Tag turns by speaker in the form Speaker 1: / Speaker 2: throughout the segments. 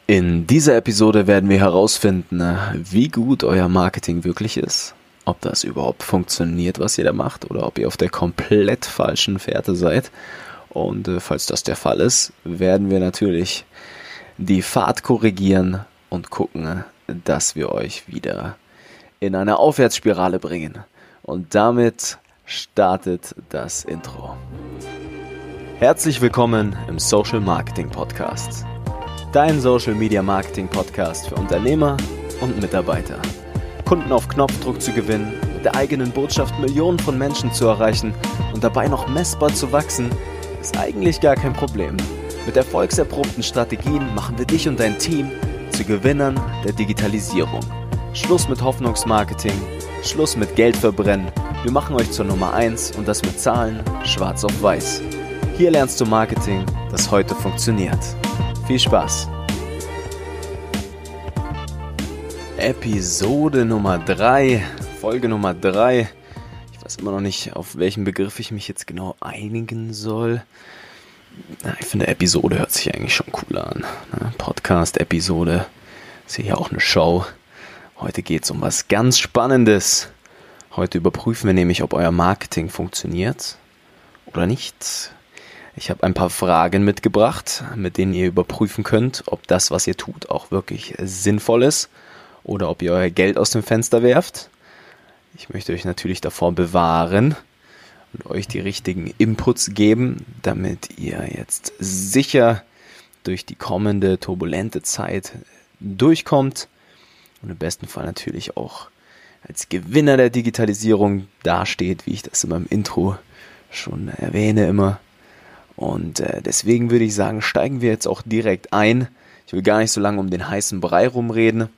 Speaker 1: In dieser Episode werden wir herausfinden, wie gut euer Marketing wirklich ist, ob das überhaupt funktioniert, was ihr da macht, oder ob ihr auf der komplett falschen Fährte seid. Und falls das der Fall ist, werden wir natürlich die Fahrt korrigieren und gucken, dass wir euch wieder in eine Aufwärtsspirale bringen. Und damit startet das Intro. Herzlich willkommen im Social Marketing Podcast. Dein Social Media Marketing Podcast für Unternehmer und Mitarbeiter. Kunden auf Knopfdruck zu gewinnen, mit der eigenen Botschaft Millionen von Menschen zu erreichen und dabei noch messbar zu wachsen, ist eigentlich gar kein Problem. Mit erfolgserprobten Strategien machen wir dich und dein Team zu Gewinnern der Digitalisierung. Schluss mit Hoffnungsmarketing, Schluss mit Geld verbrennen. Wir machen euch zur Nummer 1 und das mit Zahlen schwarz auf weiß. Hier lernst du Marketing, das heute funktioniert. Viel Spaß! Episode Nummer 3, Folge Nummer 3. Ich weiß immer noch nicht, auf welchen Begriff ich mich jetzt genau einigen soll. Ich finde, Episode hört sich eigentlich schon cooler an. Podcast-Episode, ist ja auch eine Show. Heute geht es um was ganz Spannendes. Heute überprüfen wir nämlich, ob euer Marketing funktioniert oder nicht. Ich habe ein paar Fragen mitgebracht, mit denen ihr überprüfen könnt, ob das, was ihr tut, auch wirklich sinnvoll ist oder ob ihr euer Geld aus dem Fenster werft. Ich möchte euch natürlich davor bewahren und euch die richtigen Inputs geben, damit ihr jetzt sicher durch die kommende turbulente Zeit durchkommt und im besten Fall natürlich auch als Gewinner der Digitalisierung dasteht, wie ich das in meinem Intro schon erwähne immer. Und deswegen würde ich sagen, steigen wir jetzt auch direkt ein. Ich will gar nicht so lange um den heißen Brei rumreden.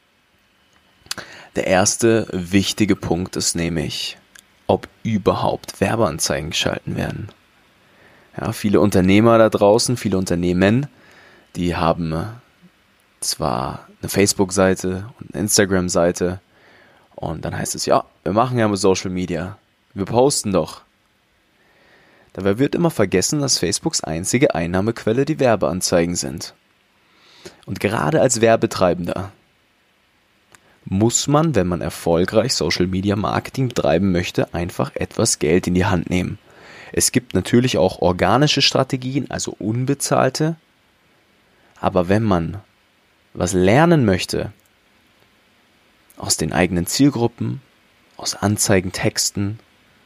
Speaker 1: Der erste wichtige Punkt ist nämlich, ob überhaupt Werbeanzeigen geschalten werden. Ja, viele Unternehmer da draußen, viele Unternehmen, die haben zwar eine Facebook-Seite und eine Instagram-Seite und dann heißt es, ja, wir machen ja mal Social Media, wir posten doch. Dabei wird immer vergessen, dass Facebooks einzige Einnahmequelle die Werbeanzeigen sind. Und gerade als Werbetreibender muss man, wenn man erfolgreich Social Media Marketing betreiben möchte, einfach etwas Geld in die Hand nehmen. Es gibt natürlich auch organische Strategien, also unbezahlte. Aber wenn man was lernen möchte aus den eigenen Zielgruppen, aus Anzeigentexten,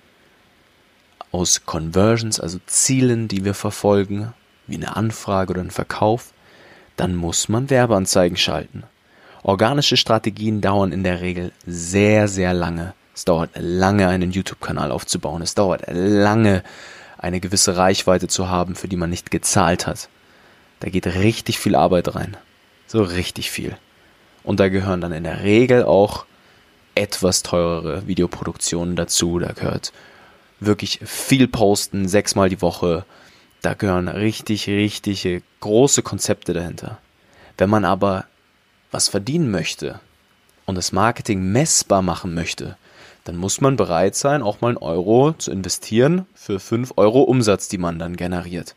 Speaker 1: aus Conversions, also Zielen, die wir verfolgen, wie eine Anfrage oder ein Verkauf, dann muss man Werbeanzeigen schalten. Organische Strategien dauern in der Regel sehr, sehr lange. Es dauert lange, einen YouTube-Kanal aufzubauen. Es dauert lange, eine gewisse Reichweite zu haben, für die man nicht gezahlt hat. Da geht richtig viel Arbeit rein. So richtig viel. Und da gehören dann in der Regel auch etwas teurere Videoproduktionen dazu. Da gehört wirklich viel posten, 6-mal die Woche. Da gehören richtig große Konzepte dahinter. Wenn man aber was verdienen möchte und das Marketing messbar machen möchte, dann muss man bereit sein, auch mal 1 Euro zu investieren für 5 Euro Umsatz, die man dann generiert.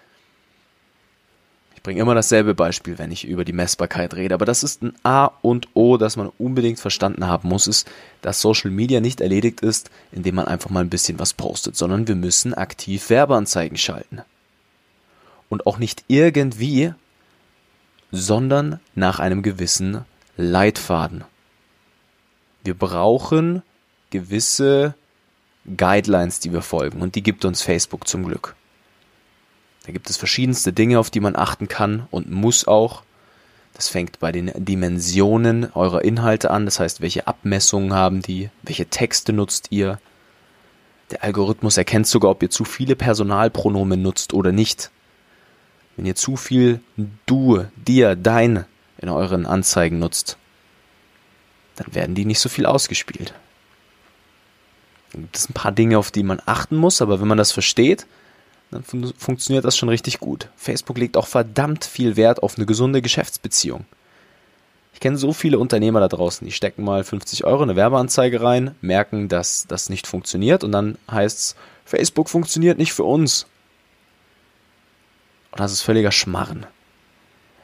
Speaker 1: Ich bringe immer dasselbe Beispiel, wenn ich über die Messbarkeit rede, aber das ist ein A und O, das man unbedingt verstanden haben muss, ist, dass Social Media nicht erledigt ist, indem man einfach mal ein bisschen was postet, sondern wir müssen aktiv Werbeanzeigen schalten. Und auch nicht irgendwie, sondern nach einem gewissen Leitfaden. Wir brauchen gewisse Guidelines, die wir folgen, und die gibt uns Facebook zum Glück. Da gibt es verschiedenste Dinge, auf die man achten kann und muss auch. Das fängt bei den Dimensionen eurer Inhalte an, das heißt, welche Abmessungen haben die, welche Texte nutzt ihr. Der Algorithmus erkennt sogar, ob ihr zu viele Personalpronomen nutzt oder nicht. Wenn ihr zu viel du, dir, dein in euren Anzeigen nutzt, dann werden die nicht so viel ausgespielt. Dann gibt es ein paar Dinge, auf die man achten muss, aber wenn man das versteht, dann funktioniert das schon richtig gut. Facebook legt auch verdammt viel Wert auf eine gesunde Geschäftsbeziehung. Ich kenne so viele Unternehmer da draußen, die stecken mal 50 Euro in eine Werbeanzeige rein, merken, dass das nicht funktioniert und dann heißt es, Facebook funktioniert nicht für uns. Und das ist völliger Schmarren.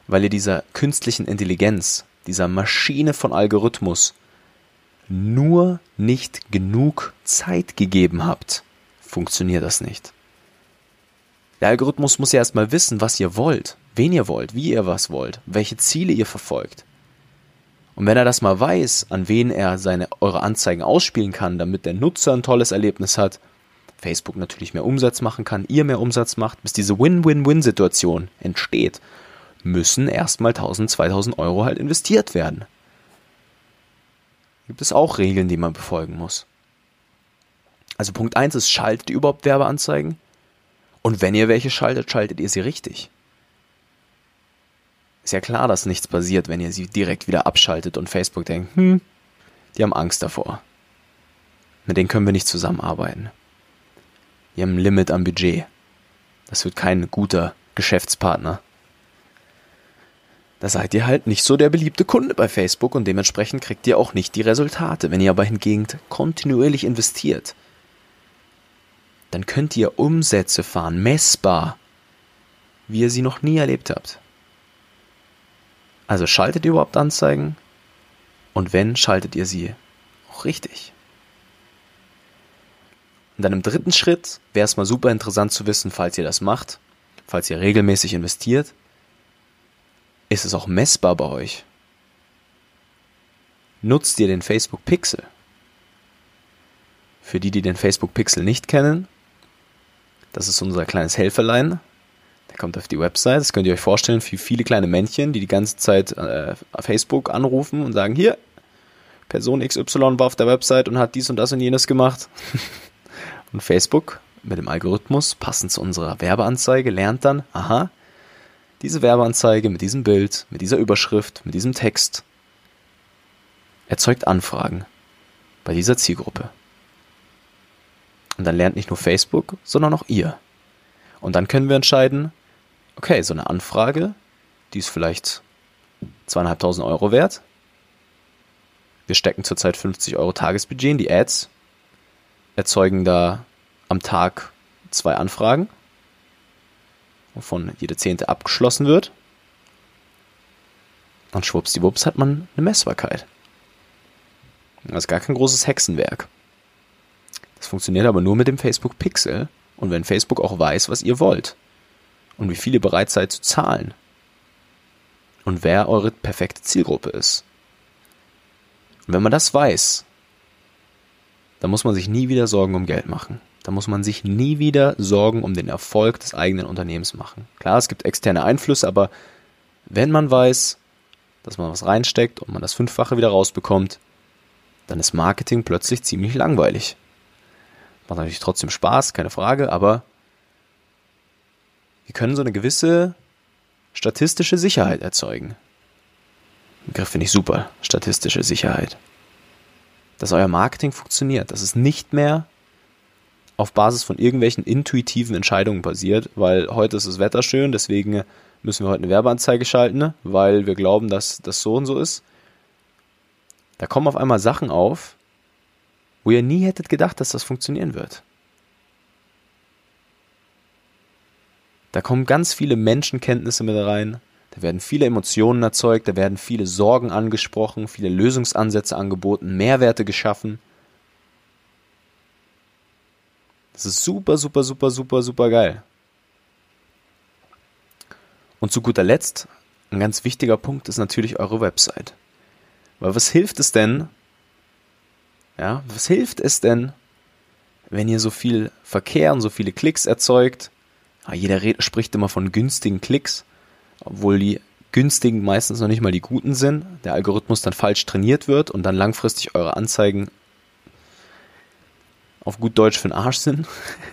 Speaker 1: weil ihr dieser künstlichen Intelligenz, dieser Maschine von Algorithmus nur nicht genug Zeit gegeben habt, funktioniert das nicht. Der Algorithmus muss ja erstmal wissen, was ihr wollt, wen ihr wollt, wie ihr was wollt, welche Ziele ihr verfolgt. Und wenn er das mal weiß, an wen er eure Anzeigen ausspielen kann, damit der Nutzer ein tolles Erlebnis hat, Facebook natürlich mehr Umsatz machen kann, ihr mehr Umsatz macht, bis diese Win-Win-Win-Situation entsteht, müssen erstmal 1.000, 2.000 Euro halt investiert werden. Gibt es auch Regeln, die man befolgen muss. Also Punkt 1 ist, schaltet ihr überhaupt Werbeanzeigen? Und wenn ihr welche schaltet, schaltet ihr sie richtig. Ist ja klar, dass nichts passiert, wenn ihr sie direkt wieder abschaltet und Facebook denkt, die haben Angst davor. Mit denen können wir nicht zusammenarbeiten. Die haben ein Limit am Budget. Das wird kein guter Geschäftspartner. Da seid ihr halt nicht so der beliebte Kunde bei Facebook und dementsprechend kriegt ihr auch nicht die Resultate. Wenn ihr aber hingegen kontinuierlich investiert, dann könnt ihr Umsätze fahren, messbar, wie ihr sie noch nie erlebt habt. Also schaltet ihr überhaupt Anzeigen? Und wenn, schaltet ihr sie auch richtig? Und dann im dritten Schritt wäre es mal super interessant zu wissen, falls ihr das macht, falls ihr regelmäßig investiert, ist es auch messbar bei euch? Nutzt ihr den Facebook Pixel? Für die den Facebook Pixel nicht kennen, das ist unser kleines Helferlein. Der kommt auf die Website. Das könnt ihr euch vorstellen, für viele kleine Männchen, die ganze Zeit Facebook anrufen und sagen, hier, Person XY war auf der Website und hat dies und das und jenes gemacht. Und Facebook mit dem Algorithmus, passend zu unserer Werbeanzeige, lernt dann, aha, diese Werbeanzeige mit diesem Bild, mit dieser Überschrift, mit diesem Text erzeugt Anfragen bei dieser Zielgruppe. Und dann lernt nicht nur Facebook, sondern auch ihr. Und dann können wir entscheiden, okay, so eine Anfrage, die ist vielleicht 2.500 Euro wert. Wir stecken zurzeit 50 Euro Tagesbudget in die Ads, erzeugen da am Tag 2 Anfragen, wovon jede 10. abgeschlossen wird. Und schwuppsdiwupps hat man eine Messbarkeit. Das ist gar kein großes Hexenwerk. Das funktioniert aber nur mit dem Facebook Pixel und wenn Facebook auch weiß, was ihr wollt und wie viel ihr bereit seid zu zahlen und wer eure perfekte Zielgruppe ist. Und wenn man das weiß, dann muss man sich nie wieder Sorgen um Geld machen. Da muss man sich nie wieder Sorgen um den Erfolg des eigenen Unternehmens machen. Klar, es gibt externe Einflüsse, aber wenn man weiß, dass man was reinsteckt und man das 5-fache wieder rausbekommt, dann ist Marketing plötzlich ziemlich langweilig. Macht natürlich trotzdem Spaß, keine Frage, aber wir können so eine gewisse statistische Sicherheit erzeugen. Begriff finde ich super, statistische Sicherheit. Dass euer Marketing funktioniert, dass es nicht mehr auf Basis von irgendwelchen intuitiven Entscheidungen basiert, weil heute ist das Wetter schön, deswegen müssen wir heute eine Werbeanzeige schalten, weil wir glauben, dass das so und so ist. Da kommen auf einmal Sachen auf, wo ihr nie hättet gedacht, dass das funktionieren wird. Da kommen ganz viele Menschenkenntnisse mit rein, da werden viele Emotionen erzeugt, da werden viele Sorgen angesprochen, viele Lösungsansätze angeboten, Mehrwerte geschaffen. Das ist super, super, super, super, super geil. Und zu guter Letzt, ein ganz wichtiger Punkt ist natürlich eure Website. Weil was hilft es denn, wenn ihr so viel Verkehr und so viele Klicks erzeugt? Jeder spricht immer von günstigen Klicks, obwohl die günstigen meistens noch nicht mal die guten sind. Der Algorithmus dann falsch trainiert wird und dann langfristig eure Anzeigen auf gut Deutsch für den Arsch sind.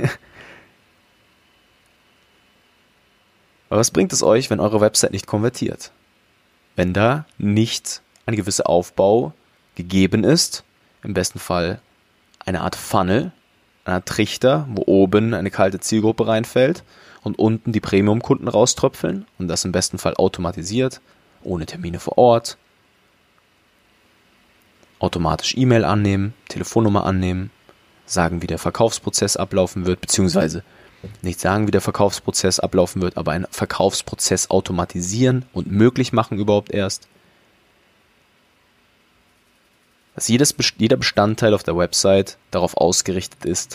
Speaker 1: Aber was bringt es euch, wenn eure Website nicht konvertiert? Wenn da nicht ein gewisser Aufbau gegeben ist, im besten Fall eine Art Funnel, eine Art Trichter, wo oben eine kalte Zielgruppe reinfällt und unten die Premium-Kunden rauströpfeln und das im besten Fall automatisiert, ohne Termine vor Ort, automatisch E-Mail annehmen, Telefonnummer annehmen, sagen, wie der Verkaufsprozess ablaufen wird, beziehungsweise nicht sagen, wie der Verkaufsprozess ablaufen wird, aber einen Verkaufsprozess automatisieren und möglich machen überhaupt erst. Dass jeder Bestandteil auf der Website darauf ausgerichtet ist,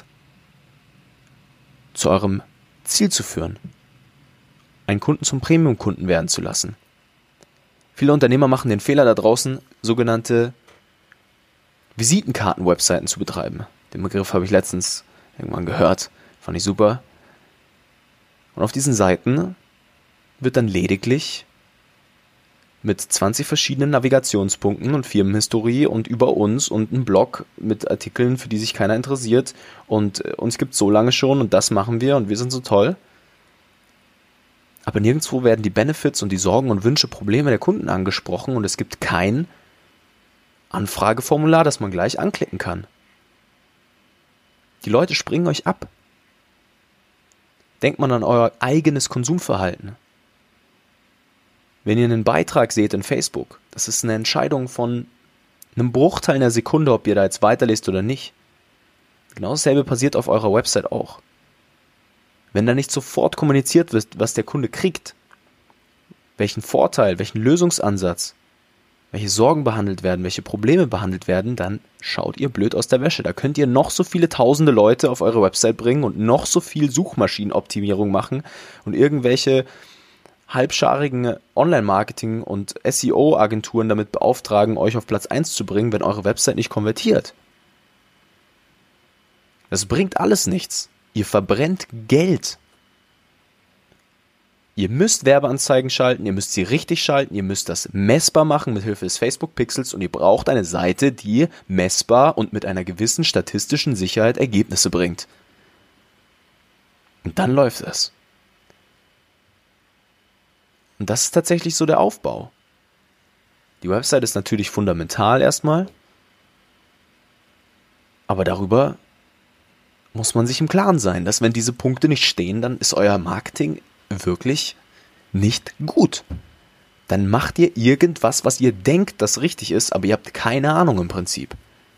Speaker 1: zu eurem Ziel zu führen, einen Kunden zum Premium-Kunden werden zu lassen. Viele Unternehmer machen den Fehler da draußen, sogenannte Visitenkarten-Webseiten zu betreiben. Den Begriff habe ich letztens irgendwann gehört, fand ich super. Und auf diesen Seiten wird dann lediglich mit 20 verschiedenen Navigationspunkten und Firmenhistorie und über uns und einem Blog mit Artikeln, für die sich keiner interessiert und uns gibt es so lange schon und das machen wir und wir sind so toll. Aber nirgendwo werden die Benefits und die Sorgen und Wünsche, Probleme der Kunden angesprochen und es gibt kein Anfrageformular, das man gleich anklicken kann. Die Leute springen euch ab. Denkt man an euer eigenes Konsumverhalten. Wenn ihr einen Beitrag seht in Facebook, das ist eine Entscheidung von einem Bruchteil einer Sekunde, ob ihr da jetzt weiterlest oder nicht. Genau dasselbe passiert auf eurer Website auch. Wenn da nicht sofort kommuniziert wird, was der Kunde kriegt, welchen Vorteil, welchen Lösungsansatz, welche Sorgen behandelt werden, welche Probleme behandelt werden, dann schaut ihr blöd aus der Wäsche. Da könnt ihr noch so viele tausende Leute auf eure Website bringen und noch so viel Suchmaschinenoptimierung machen und irgendwelche halbscharigen Online-Marketing- und SEO-Agenturen damit beauftragen, euch auf Platz 1 zu bringen, wenn eure Website nicht konvertiert. Das bringt alles nichts. Ihr verbrennt Geld. Ihr müsst Werbeanzeigen schalten, ihr müsst sie richtig schalten, ihr müsst das messbar machen mit Hilfe des Facebook-Pixels und ihr braucht eine Seite, die messbar und mit einer gewissen statistischen Sicherheit Ergebnisse bringt. Und dann läuft es. Und das ist tatsächlich so der Aufbau. Die Website ist natürlich fundamental erstmal, aber darüber muss man sich im Klaren sein, dass wenn diese Punkte nicht stehen, dann ist euer Marketing wirklich nicht gut. Dann macht ihr irgendwas, was ihr denkt, das richtig ist, aber ihr habt keine Ahnung im Prinzip.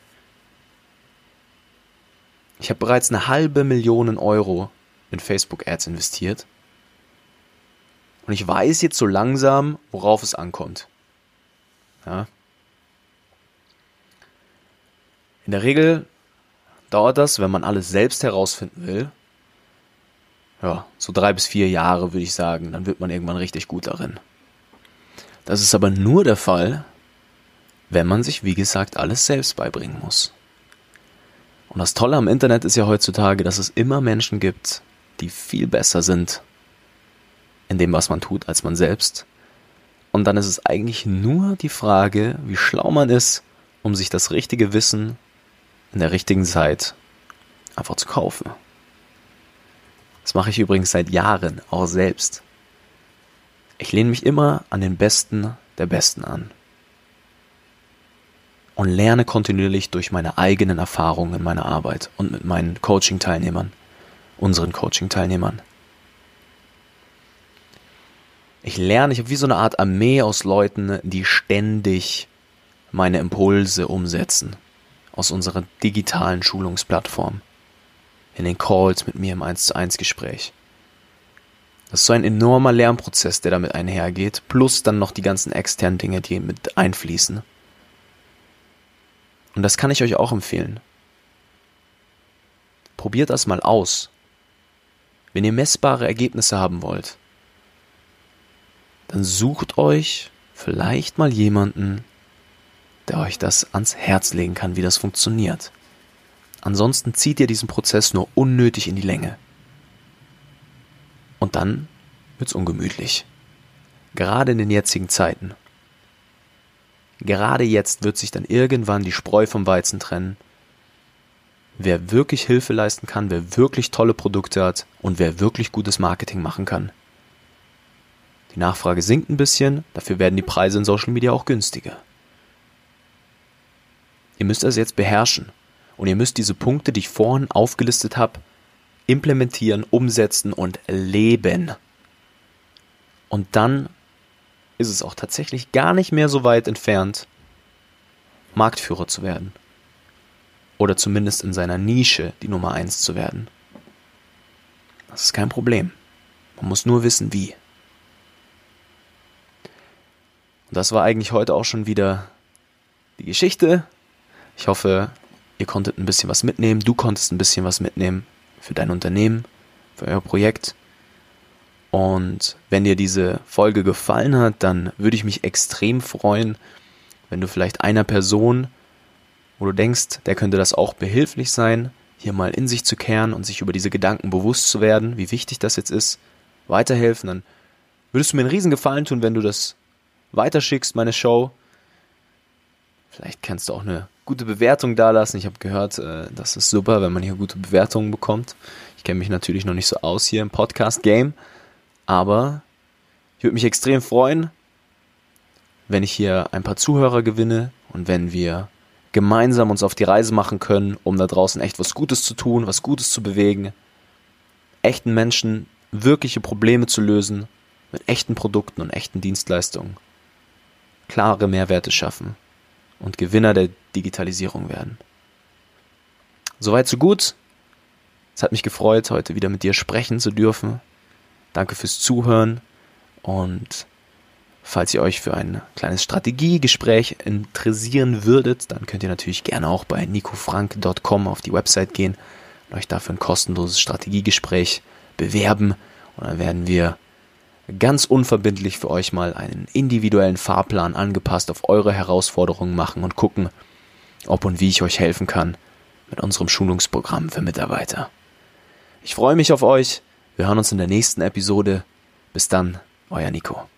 Speaker 1: Ich habe bereits 500.000 Euro in Facebook-Ads investiert. Und ich weiß jetzt so langsam, worauf es ankommt. Ja. In der Regel dauert das, wenn man alles selbst herausfinden will, ja, so 3 bis 4 Jahre, würde ich sagen. Dann wird man irgendwann richtig gut darin. Das ist aber nur der Fall, wenn man sich, wie gesagt, alles selbst beibringen muss. Und das Tolle am Internet ist ja heutzutage, dass es immer Menschen gibt, die viel besser sind in dem, was man tut, als man selbst. Und dann ist es eigentlich nur die Frage, wie schlau man ist, um sich das richtige Wissen in der richtigen Zeit einfach zu kaufen. Das mache ich übrigens seit Jahren, auch selbst. Ich lehne mich immer an den Besten der Besten an und lerne kontinuierlich durch meine eigenen Erfahrungen in meiner Arbeit und mit meinen Coaching-Teilnehmern, unseren Coaching-Teilnehmern. Ich habe wie so eine Art Armee aus Leuten, die ständig meine Impulse umsetzen aus unserer digitalen Schulungsplattform in den Calls mit mir im 1:1 Gespräch. Das ist so ein enormer Lernprozess, der damit einhergeht, plus dann noch die ganzen externen Dinge, die mit einfließen. Und das kann ich euch auch empfehlen. Probiert das mal aus. Wenn ihr messbare Ergebnisse haben wollt, dann sucht euch vielleicht mal jemanden, der euch das ans Herz legen kann, wie das funktioniert. Ansonsten zieht ihr diesen Prozess nur unnötig in die Länge. Und dann wird's ungemütlich. Gerade in den jetzigen Zeiten. Gerade jetzt wird sich dann irgendwann die Spreu vom Weizen trennen. Wer wirklich Hilfe leisten kann, wer wirklich tolle Produkte hat und wer wirklich gutes Marketing machen kann. Die Nachfrage sinkt ein bisschen, dafür werden die Preise in Social Media auch günstiger. Ihr müsst das jetzt beherrschen und ihr müsst diese Punkte, die ich vorhin aufgelistet habe, implementieren, umsetzen und leben. Und dann ist es auch tatsächlich gar nicht mehr so weit entfernt, Marktführer zu werden. Oder zumindest in seiner Nische die Nummer 1 zu werden. Das ist kein Problem. Man muss nur wissen, wie. Und das war eigentlich heute auch schon wieder die Geschichte. Ich hoffe, ihr konntet ein bisschen was mitnehmen. Du konntest ein bisschen was mitnehmen für dein Unternehmen, für euer Projekt. Und wenn dir diese Folge gefallen hat, dann würde ich mich extrem freuen, wenn du vielleicht einer Person, wo du denkst, der könnte das auch behilflich sein, hier mal in sich zu kehren und sich über diese Gedanken bewusst zu werden, wie wichtig das jetzt ist, weiterhelfen, dann würdest du mir einen riesen Gefallen tun, wenn du das weiterschickst, meine Show. Vielleicht kannst du auch eine gute Bewertung dalassen. Ich habe gehört, das ist super, wenn man hier gute Bewertungen bekommt. Ich kenne mich natürlich noch nicht so aus hier im Podcast-Game, aber ich würde mich extrem freuen, wenn ich hier ein paar Zuhörer gewinne und wenn wir gemeinsam uns auf die Reise machen können, um da draußen echt was Gutes zu tun, was Gutes zu bewegen, echten Menschen wirkliche Probleme zu lösen, mit echten Produkten und echten Dienstleistungen, klare Mehrwerte schaffen und Gewinner der Digitalisierung werden. Soweit so gut. Es hat mich gefreut, heute wieder mit dir sprechen zu dürfen. Danke fürs Zuhören und falls ihr euch für ein kleines Strategiegespräch interessieren würdet, dann könnt ihr natürlich gerne auch bei nicofrank.com auf die Website gehen und euch dafür ein kostenloses Strategiegespräch bewerben. Und dann werden wir ganz unverbindlich für euch mal einen individuellen Fahrplan angepasst auf eure Herausforderungen machen und gucken, ob und wie ich euch helfen kann mit unserem Schulungsprogramm für Mitarbeiter. Ich freue mich auf euch. Wir hören uns in der nächsten Episode. Bis dann, euer Nico.